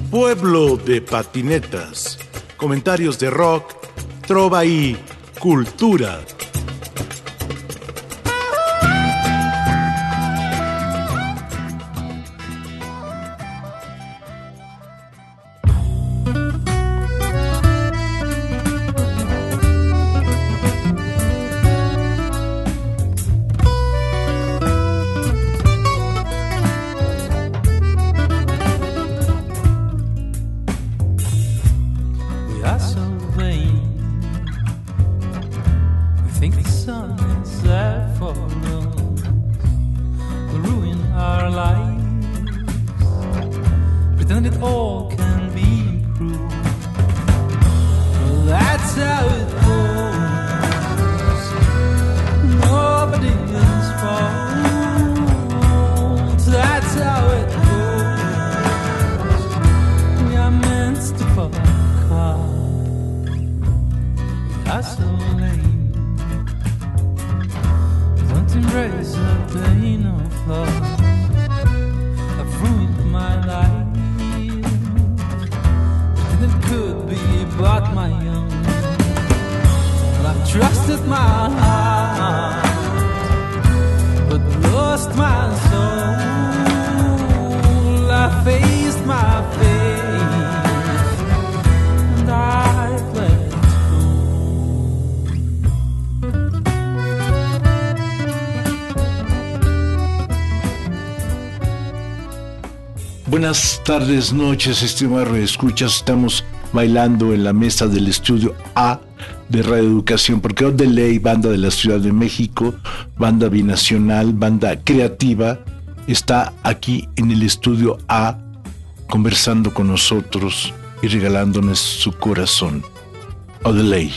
Pueblo de patinetas, comentarios de rock, trova y cultura. Buenas tardes, noches, estimados escuchas. Estamos bailando en la mesa del estudio A de Radio Educación, porque Odelay, banda de la Ciudad de México, banda binacional, banda creativa, está aquí en el estudio A conversando con nosotros y regalándonos su corazón. Odelay.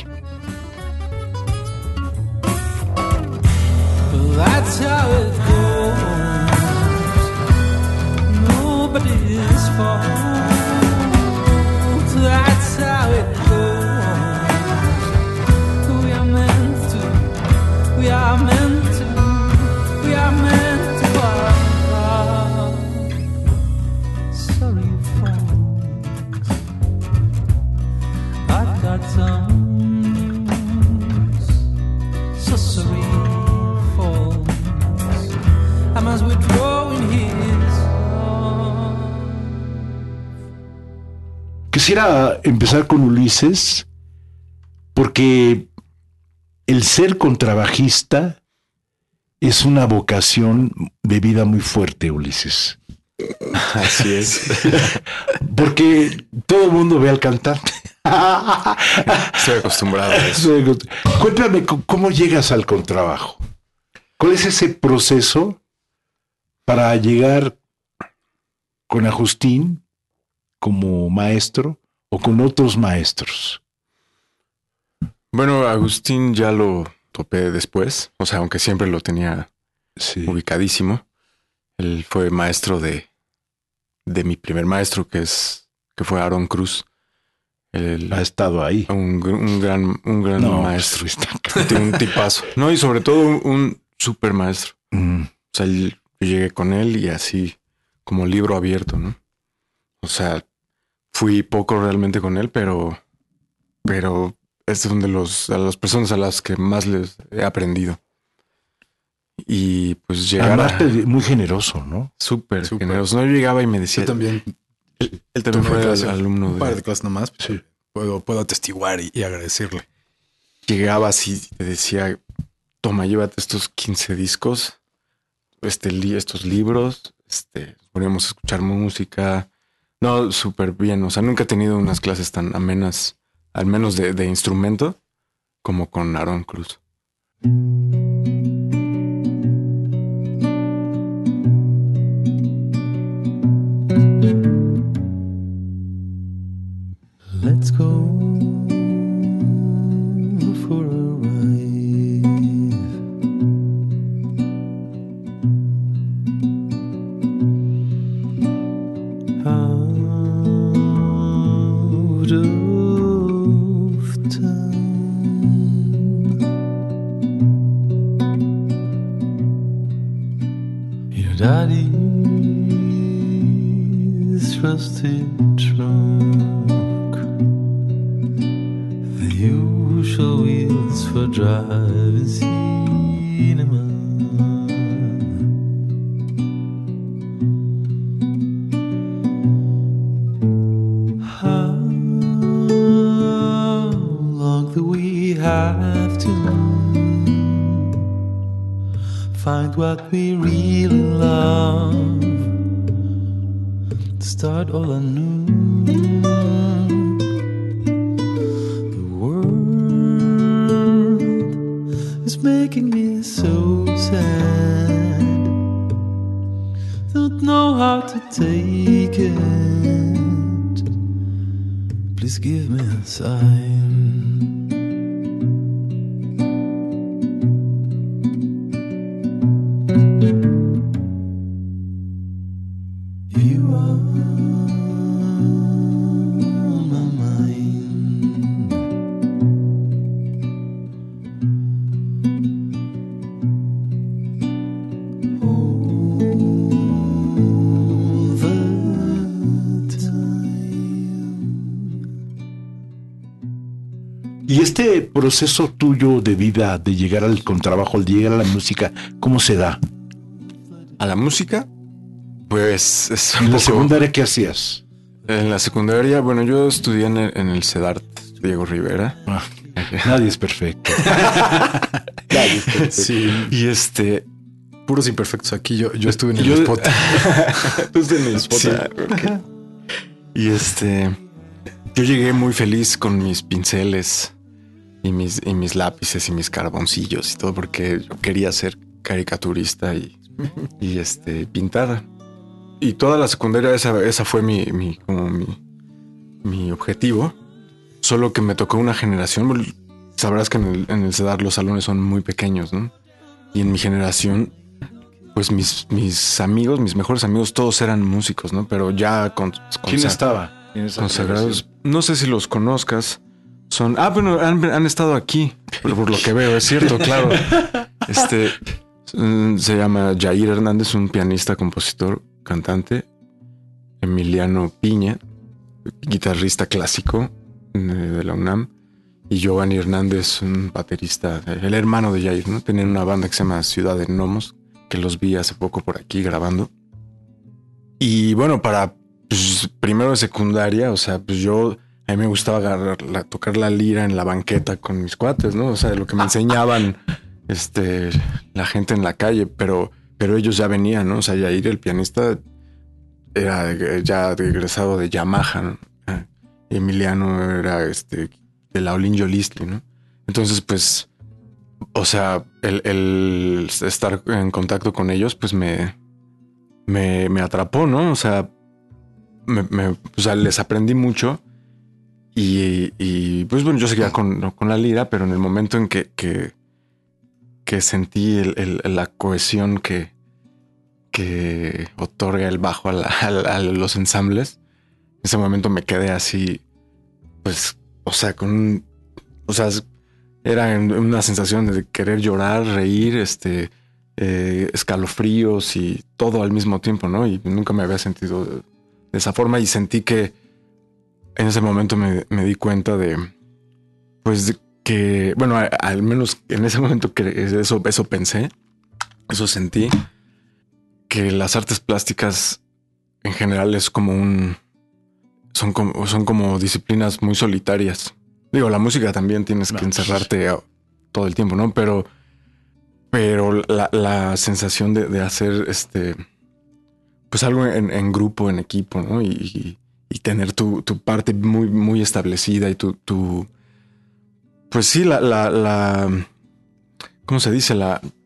That's how it goes. Nobody's fault. That's how it goes. We are meant to. We are meant to. We are meant to part. Sorry, folks. I've got tongues. So sorry, folks. I must withdraw in his. Quisiera empezar con Ulises, porque el ser contrabajista es una vocación de vida muy fuerte, Ulises. Así es. Porque todo el mundo ve al cantante. Estoy acostumbrado a eso. Cuéntame, ¿cómo llegas al contrabajo? ¿Cuál es ese proceso para llegar con Agustín como maestro o con otros maestros? Bueno, Agustín ya lo topé después, o sea, aunque siempre lo tenía ubicadísimo. Él fue maestro de mi primer maestro, que fue Aaron Cruz. Él ha estado ahí. Un gran maestro. Tiene un tipazo. No, y sobre todo un super maestro. O sea, yo llegué con él y así como libro abierto, ¿no? O sea, fui poco realmente con él, pero es de las personas a las que más les he aprendido. Y pues llegar además, muy generoso, ¿no? Súper generoso. No, yo llegaba y me decía... Yo también. Él también fue alumno de... Un par de clases nomás. Sí. Puedo atestiguar y agradecerle. Llegaba así y te decía, toma, llévate estos 15 discos, estos libros, poníamos a escuchar música. No, súper bien. O sea, nunca he tenido unas clases tan amenas, al menos de instrumento, como con Aaron Cruz. Let's go for a ride out of town. Your daddy's his trusted trunk, the usual wheels for driving cinema. How long do we have to find what we really love, start all anew? The world is making me so sad, don't know how to take it. Please give me a sign. You are on my mind. All the time. Y este proceso tuyo de vida, de llegar al contrabajo, de llegar a la música, ¿cómo se da? A la música, pues es un ¿En la poco... secundaria qué hacías? En la secundaria, bueno, yo estudié en el CEDART Diego Rivera. Ah, nadie es perfecto. Nadie es perfecto. Sí, Y puros imperfectos aquí. Yo estuve en el spot. Tú en el spot. Sí. Okay. Y yo llegué muy feliz con mis pinceles y mis lápices y mis carboncillos y todo, porque yo quería ser caricaturista y pintar. Y toda la secundaria esa fue mi objetivo. Solo que me tocó una generación. Sabrás que en el CEDAR los salones son muy pequeños, ¿no? Y en mi generación, pues mis amigos, mis mejores amigos, todos eran músicos, ¿no? Pero ya ¿Quién estaba en esa consagrados. No sé si los conozcas. Son... bueno, han estado aquí, por lo que veo, es cierto, claro. Se llama Jair Hernández, un pianista, compositor, cantante. Emiliano Piña, guitarrista clásico de la UNAM. Y Giovanni Hernández, un baterista, el hermano de Jair, ¿no? Tenían una banda que se llama Ciudad de Gnomos, que los vi hace poco por aquí grabando. Y bueno, para primero de secundaria, o sea, pues a mí me gustaba tocar la lira en la banqueta con mis cuates, ¿no? O sea, lo que me enseñaban la gente en la calle, pero ellos ya venían, ¿no? O sea, Jair, el pianista, era ya egresado de Yamaha, ¿no? Emiliano era de la Olin Yolistli, ¿no? Entonces, pues, o sea, el estar en contacto con ellos, pues me atrapó, ¿no? O sea, les aprendí mucho y pues bueno, yo seguía con la lira, pero en el momento en que sentí la cohesión que otorga el bajo a los ensambles, en ese momento me quedé así, pues, o sea, era una sensación de querer llorar, reír, escalofríos y todo al mismo tiempo, ¿no? Y nunca me había sentido de esa forma y sentí que en ese momento me di cuenta que, bueno, al menos en ese momento que eso pensé, eso sentí, que las artes plásticas en general son como disciplinas muy solitarias. Digo, la música también tienes que encerrarte todo el tiempo, ¿no? Pero la sensación de hacer pues algo en grupo, en equipo, ¿no? Y tener tu parte muy, muy establecida y pues sí, ¿cómo se dice?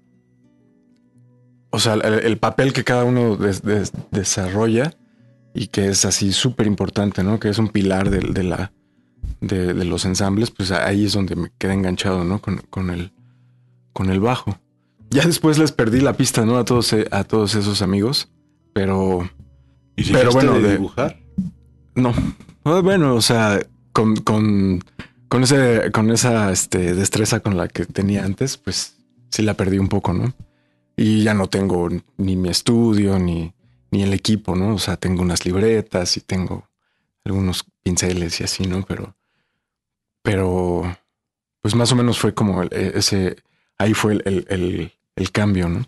O sea, el papel que cada uno desarrolla y que es así súper importante, ¿no? Que es un pilar de los ensambles, pues ahí es donde me quedé enganchado, ¿no? Con el bajo. Ya después les perdí la pista, ¿no? A todos esos amigos, pero bueno, de dibujar. No, bueno, o sea, con esa destreza con la que tenía antes, pues sí la perdí un poco, ¿no? Y ya no tengo ni mi estudio, ni ni el equipo, ¿no? O sea, tengo unas libretas y tengo algunos pinceles y así, ¿no? Pero pues más o menos fue como ahí fue el cambio, ¿no?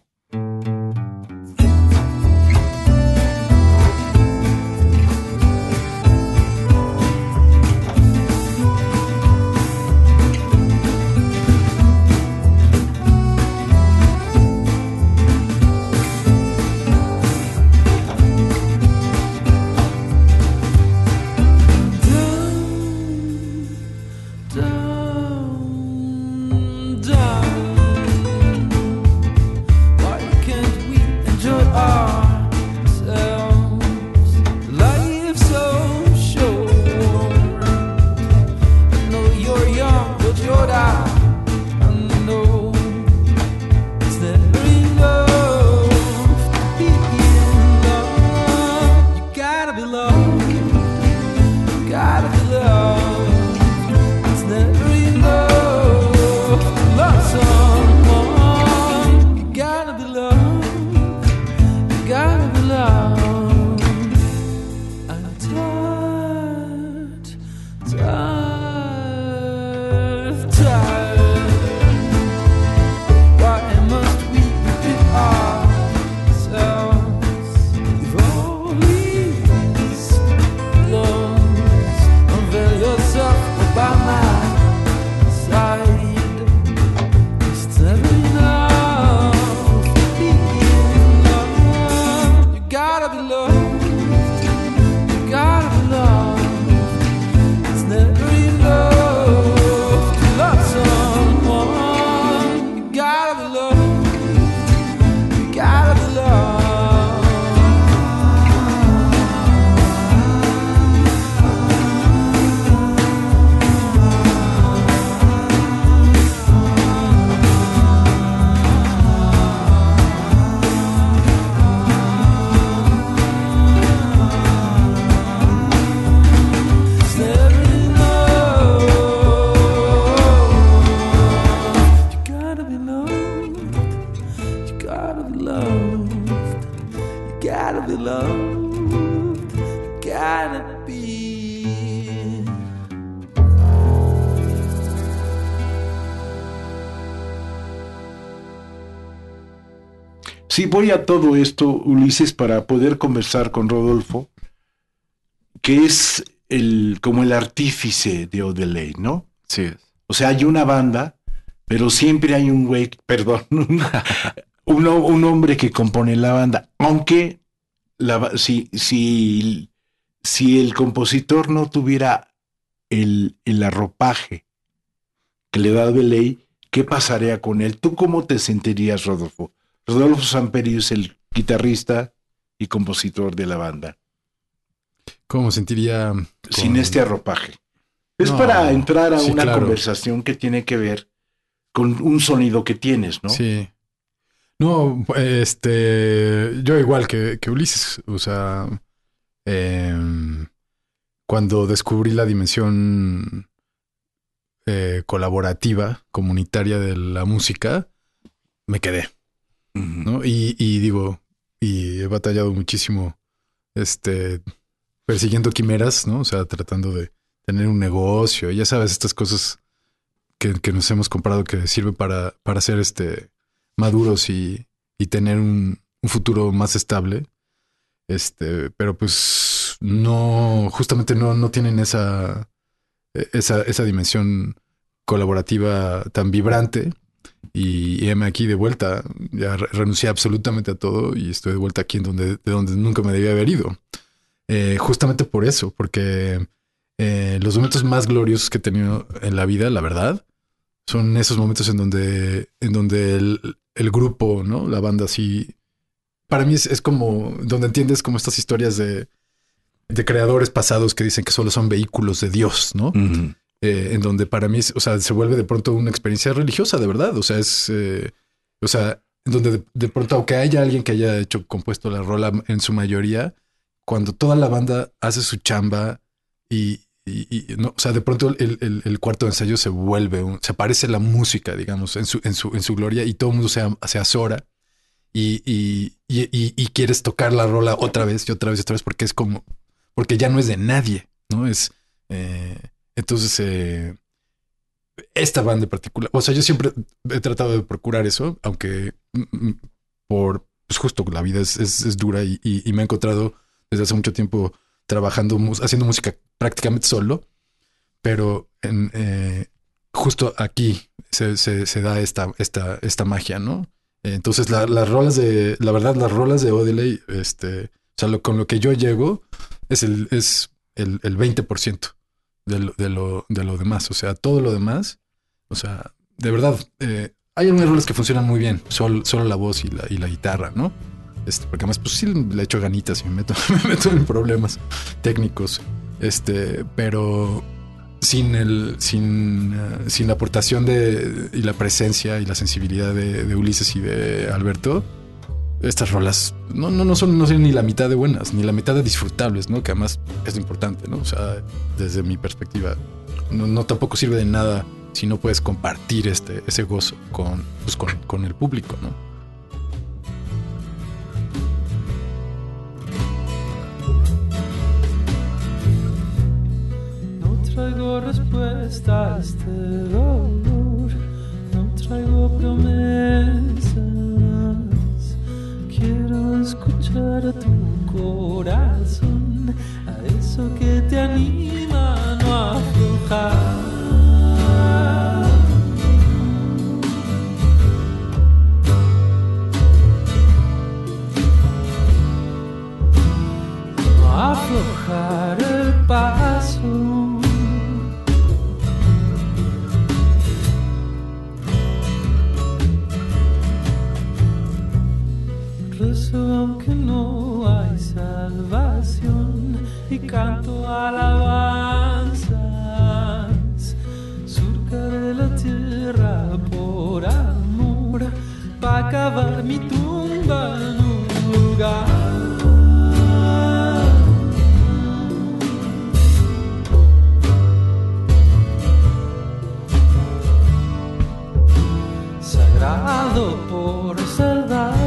Sí, voy a todo esto, Ulises, para poder conversar con Rodolfo, que es como el artífice de Odelay, ¿no? Sí. O sea, hay una banda, pero siempre hay un güey, perdón, un hombre que compone la banda. Aunque si el compositor no tuviera el arropaje que le da Odelay, ¿qué pasaría con él? ¿Tú cómo te sentirías, Rodolfo? Rodolfo Samperio es el guitarrista y compositor de la banda. ¿Cómo sentiría sin este arropaje? Es para entrar a una conversación que tiene que ver con un sonido que tienes, ¿no? Sí. No, yo igual que Ulises, o sea, cuando descubrí la dimensión colaborativa, comunitaria de la música, me quedé, ¿no? Y digo, y he batallado muchísimo, persiguiendo quimeras, ¿no? O sea, tratando de tener un negocio, ya sabes, estas cosas que nos hemos comprado que sirven para ser maduros y tener un futuro más estable. Pero pues no, justamente no tienen esa dimensión colaborativa tan vibrante. Y heme aquí de vuelta. Ya renuncié absolutamente a todo y estoy de vuelta aquí de donde nunca me debía haber ido. Justamente por eso, porque los momentos más gloriosos que he tenido en la vida, la verdad, son esos momentos en donde el grupo, ¿no? La banda así, para mí es como donde entiendes como estas historias de creadores pasados que dicen que solo son vehículos de Dios, ¿no? Uh-huh. En donde para mí, o sea, se vuelve de pronto una experiencia religiosa, de verdad. O sea, en donde de pronto, aunque haya alguien que haya compuesto la rola en su mayoría, cuando toda la banda hace su chamba y no, o sea, de pronto el cuarto de ensayo se vuelve, se parece la música, digamos, en su gloria y todo el mundo se azora y quieres tocar la rola otra vez y otra vez y otra vez porque es como, porque ya no es de nadie, ¿no? Entonces, esta banda en particular, o sea, yo siempre he tratado de procurar eso, aunque por, pues justo la vida es dura y me he encontrado desde hace mucho tiempo trabajando, haciendo música prácticamente solo, pero justo aquí se da esta magia, ¿no? Entonces las rolas la verdad, las rolas de Odelay, o sea, con lo que yo llego es el 20% de lo demás. O sea, todo lo demás, o sea, de verdad, hay algunas rolas que funcionan muy bien, solo la voz y la guitarra, ¿no? Porque además, pues sí le echo ganitas y me meto en problemas técnicos. Pero sin la aportación y la presencia y la sensibilidad de Ulises y de Alberto, estas rolas no son ni la mitad de buenas, ni la mitad de disfrutables, ¿no? Que además es lo importante, ¿no? O sea, desde mi perspectiva, no tampoco sirve de nada si no puedes compartir ese gozo con el público, ¿no? Traigo respuesta a este dolor, no traigo promesas. Quiero escuchar a tu corazón, a eso que te anima a no aflojar. No aflojar el paso. Aunque no hay salvación y canto alabanzas, surcaré la tierra por amor, pa' cavar mi tumba en un lugar. Sagrado por salvaje.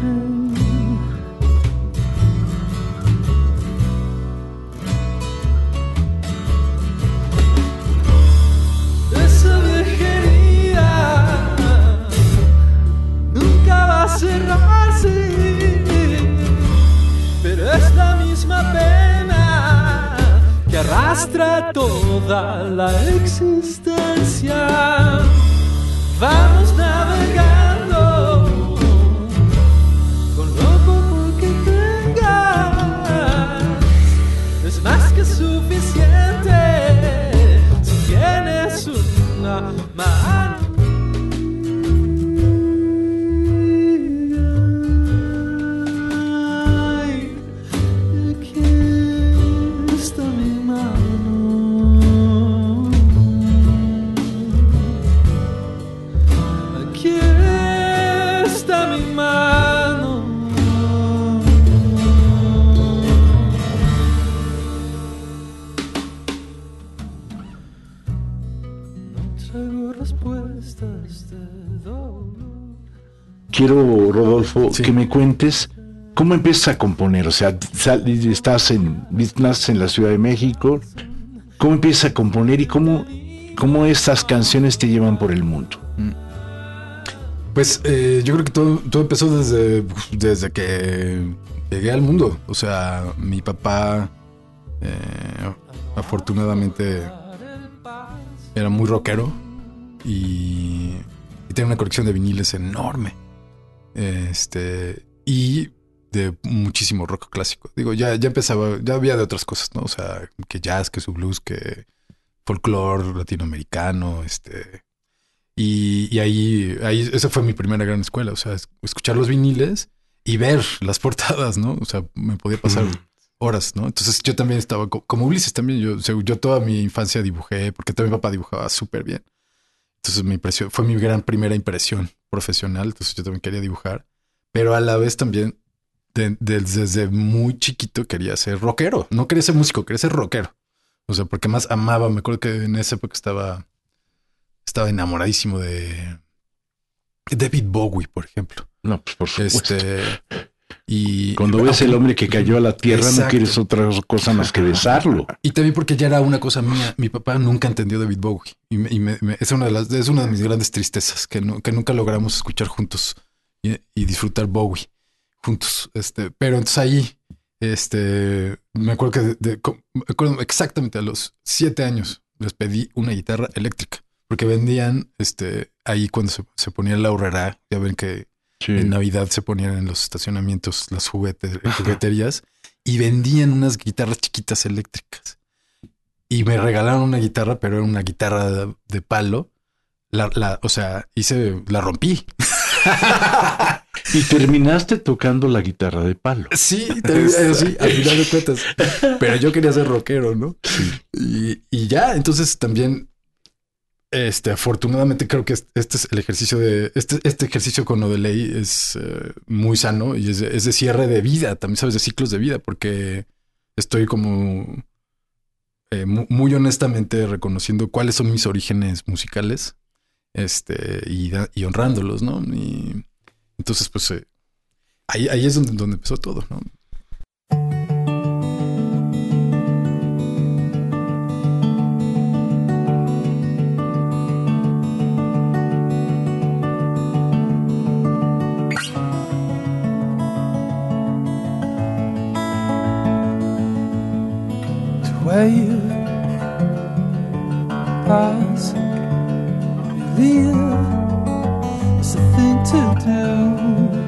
Cerrarse, pero es la misma pena que arrastra toda la existencia. Vamos navegando con lo poco que tengas, es más que suficiente si tienes una mano. Quiero, Rodolfo, sí, que me cuentes cómo empiezas a componer. O sea, naces en la Ciudad de México. ¿Cómo empiezas a componer y cómo estas canciones te llevan por el mundo? Pues yo creo que todo empezó desde que llegué al mundo. O sea, mi papá afortunadamente era muy rockero y tenía una colección de viniles enorme. Y de muchísimo rock clásico. Digo, ya empezaba, ya había de otras cosas, ¿no? O sea, que jazz, que su blues, que folclore latinoamericano, y ahí esa fue mi primera gran escuela. O sea, escuchar los viniles y ver las portadas, ¿no? O sea, me podía pasar horas, ¿no? Entonces yo también estaba como Ulises también. Yo toda mi infancia dibujé, porque también mi papá dibujaba súper bien. Entonces fue mi primera impresión profesional. Entonces yo también quería dibujar, pero a la vez también desde muy chiquito quería ser rockero. No quería ser músico, quería ser rockero. O sea, porque más amaba. Me acuerdo que en esa época estaba enamoradísimo de David Bowie, por ejemplo. No, pues por supuesto. Y cuando ves el hombre que cayó a la tierra, exacto, no quieres otra cosa más que besarlo. Y también porque ya era una cosa mía. Mi papá nunca entendió David Bowie y es una de mis grandes tristezas que nunca logramos escuchar juntos y disfrutar Bowie juntos. Pero entonces ahí, me acuerdo me acuerdo exactamente a los 7 años les pedí una guitarra eléctrica porque vendían ahí cuando se ponía la Aurrera. Ya ven que sí, en Navidad se ponían en los estacionamientos las jugueterías y vendían unas guitarras chiquitas eléctricas. Y me regalaron una guitarra, pero era una guitarra de palo. O sea, la rompí. Y terminaste tocando la guitarra de palo. Sí, sí, al final de cuentas. Pero yo quería ser rockero, ¿no? Sí. Y ya, entonces también... afortunadamente creo que este es el ejercicio de este ejercicio con Odelay es muy sano y es de cierre de vida, también sabes, de ciclos de vida, porque estoy como muy honestamente reconociendo cuáles son mis orígenes musicales, y honrándolos, ¿no? Y entonces, pues ahí es donde empezó todo, ¿no? Where you pass, you leave, it's a thing to do,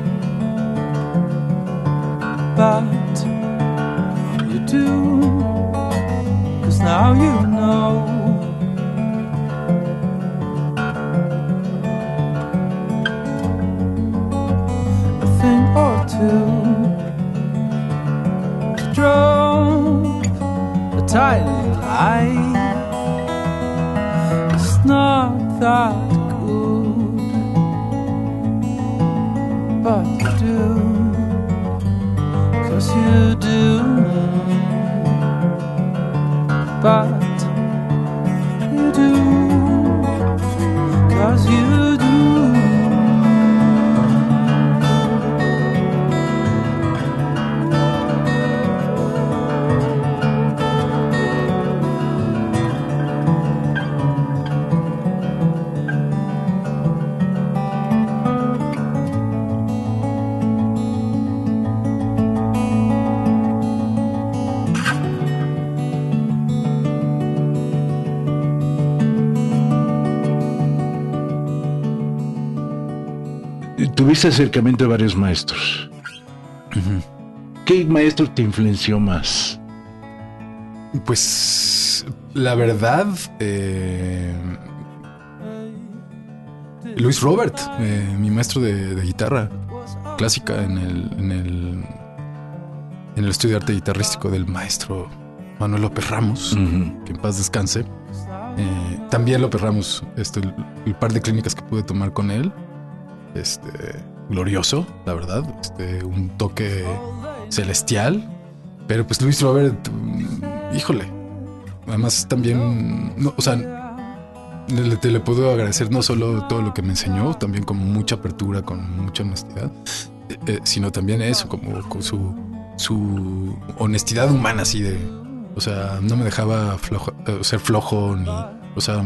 but you do, 'cause now you know. A thing or two to drown a tiny light. It's not that good, but you do, 'cause you do, but you do, 'cause you do. Tuviste acercamiento de varios maestros. Uh-huh. ¿Qué maestro te influenció más? Pues la verdad, Luis Robert, mi maestro de guitarra clásica en el estudio de arte guitarrístico del maestro Manuel López Ramos, uh-huh, que en paz descanse. También López Ramos, el par de clínicas que pude tomar con él, glorioso, la verdad, un toque celestial. Pero pues Luis Robert, híjole, además también, no, o sea, le puedo agradecer no solo todo lo que me enseñó, también con mucha apertura, con mucha honestidad, sino también eso, como con su honestidad humana, así de, o sea, no me dejaba ser flojo, ni, o sea,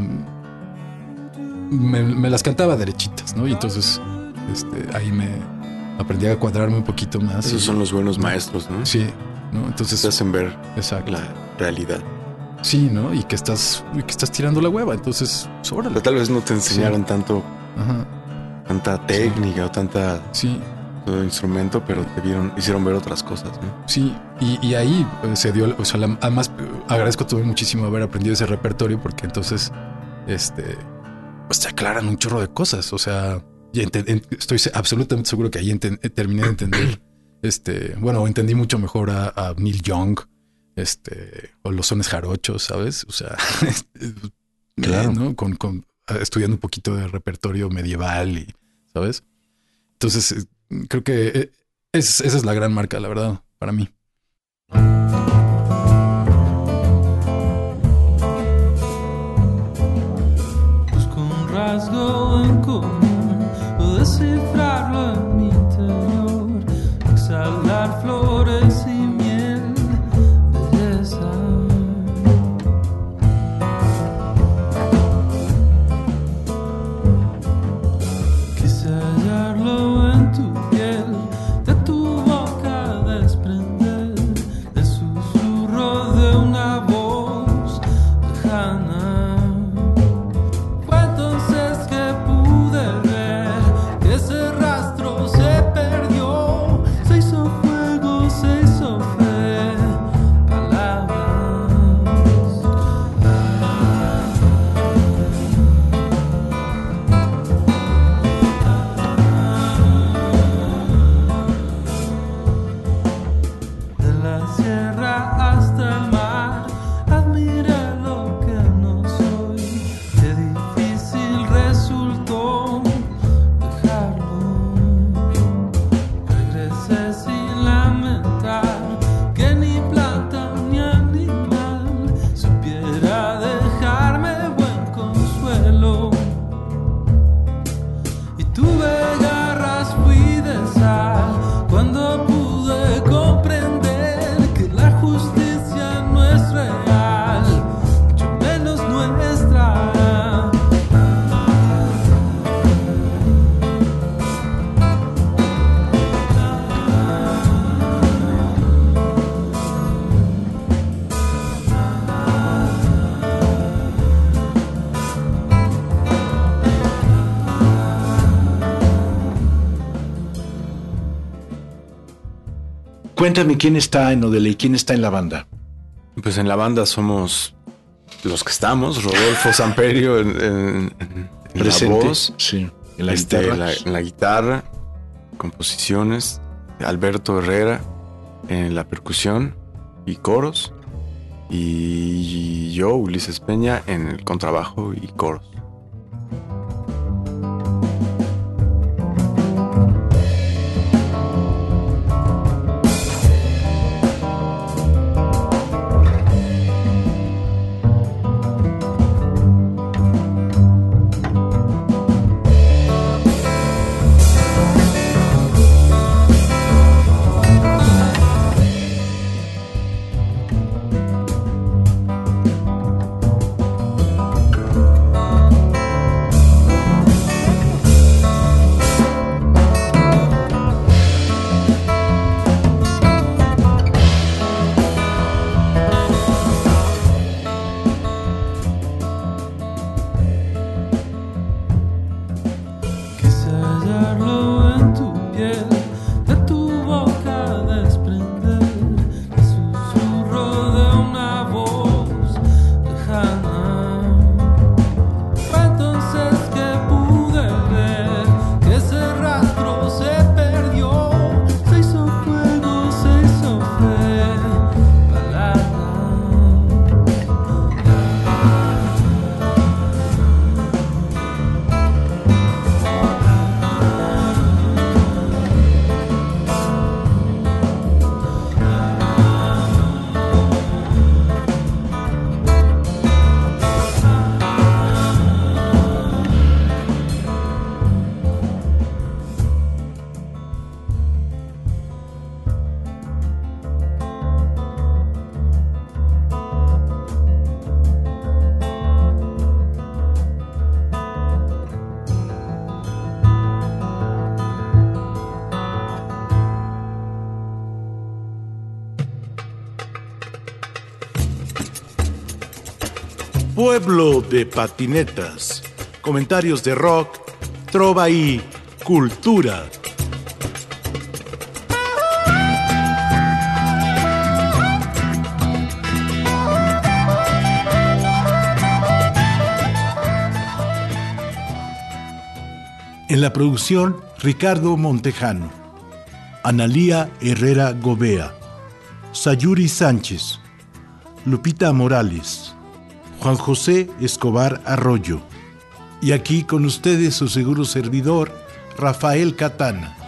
me las cantaba derechitas, ¿no? Y entonces ahí me aprendí a cuadrarme un poquito más. Esos son los buenos maestros, ¿no? Sí, ¿no? Entonces te hacen ver, exacto, la realidad. Sí, ¿no? Y que estás tirando la hueva, entonces, órale. Pero tal vez no te enseñaron, sí, tanto, ajá, tanta técnica, sí, o tanta, sí, todo instrumento, pero te hicieron ver otras cosas, ¿no? Sí, y ahí se dio, o sea, además agradezco también muchísimo haber aprendido ese repertorio, porque entonces, pues te aclaran un chorro de cosas, o sea, estoy absolutamente seguro que ahí terminé de entender, bueno, entendí mucho mejor a Neil Young, o los sones jarochos, ¿sabes? O sea, claro, ¿no? Con estudiando un poquito de repertorio medieval y, ¿sabes? Entonces, creo que esa es la gran marca, la verdad, para mí. Busco un rasgo en común, dar flores y miel, belleza. Quise hallarlo en tu piel, de tu boca desprender el susurro de una voz lejana. Fue entonces que pude ver que ese rastro se perdió, se hizo fuego, se hizo fe, palabras. De la sierra hasta el mar, admiré lo que no soy. Qué difícil resultó dejarlo. Regresé sin lamentar que ni planta ni animal supiera dejarme buen consuelo. Y tuve garras, fui de sal cuando pude comprender que la justicia no es real, mucho menos nuestra. Cuéntame quién está en Odeley, quién está en la banda. Pues en la banda somos los que estamos, Rodolfo Samperio en la Presente. voz, Sí, en la guitarra. en la guitarra, composiciones, Alberto Herrera en la percusión y coros, y yo, Ulises Peña, en el contrabajo y coros. Quise hallarlo en tu piel, de tu boca desprender el susurro de una voz lejana. Fue entonces que pude ver que ese rastro se perdió, se hizo fuego, se hizo fe, palabras. Pueblo de patinetas. Comentarios de rock, trova y cultura. En la producción, Ricardo Montejano, Analía Herrera Gobea, Sayuri Sánchez, Lupita Morales, Juan José Escobar Arroyo. Y aquí con ustedes su seguro servidor, Rafael Catana.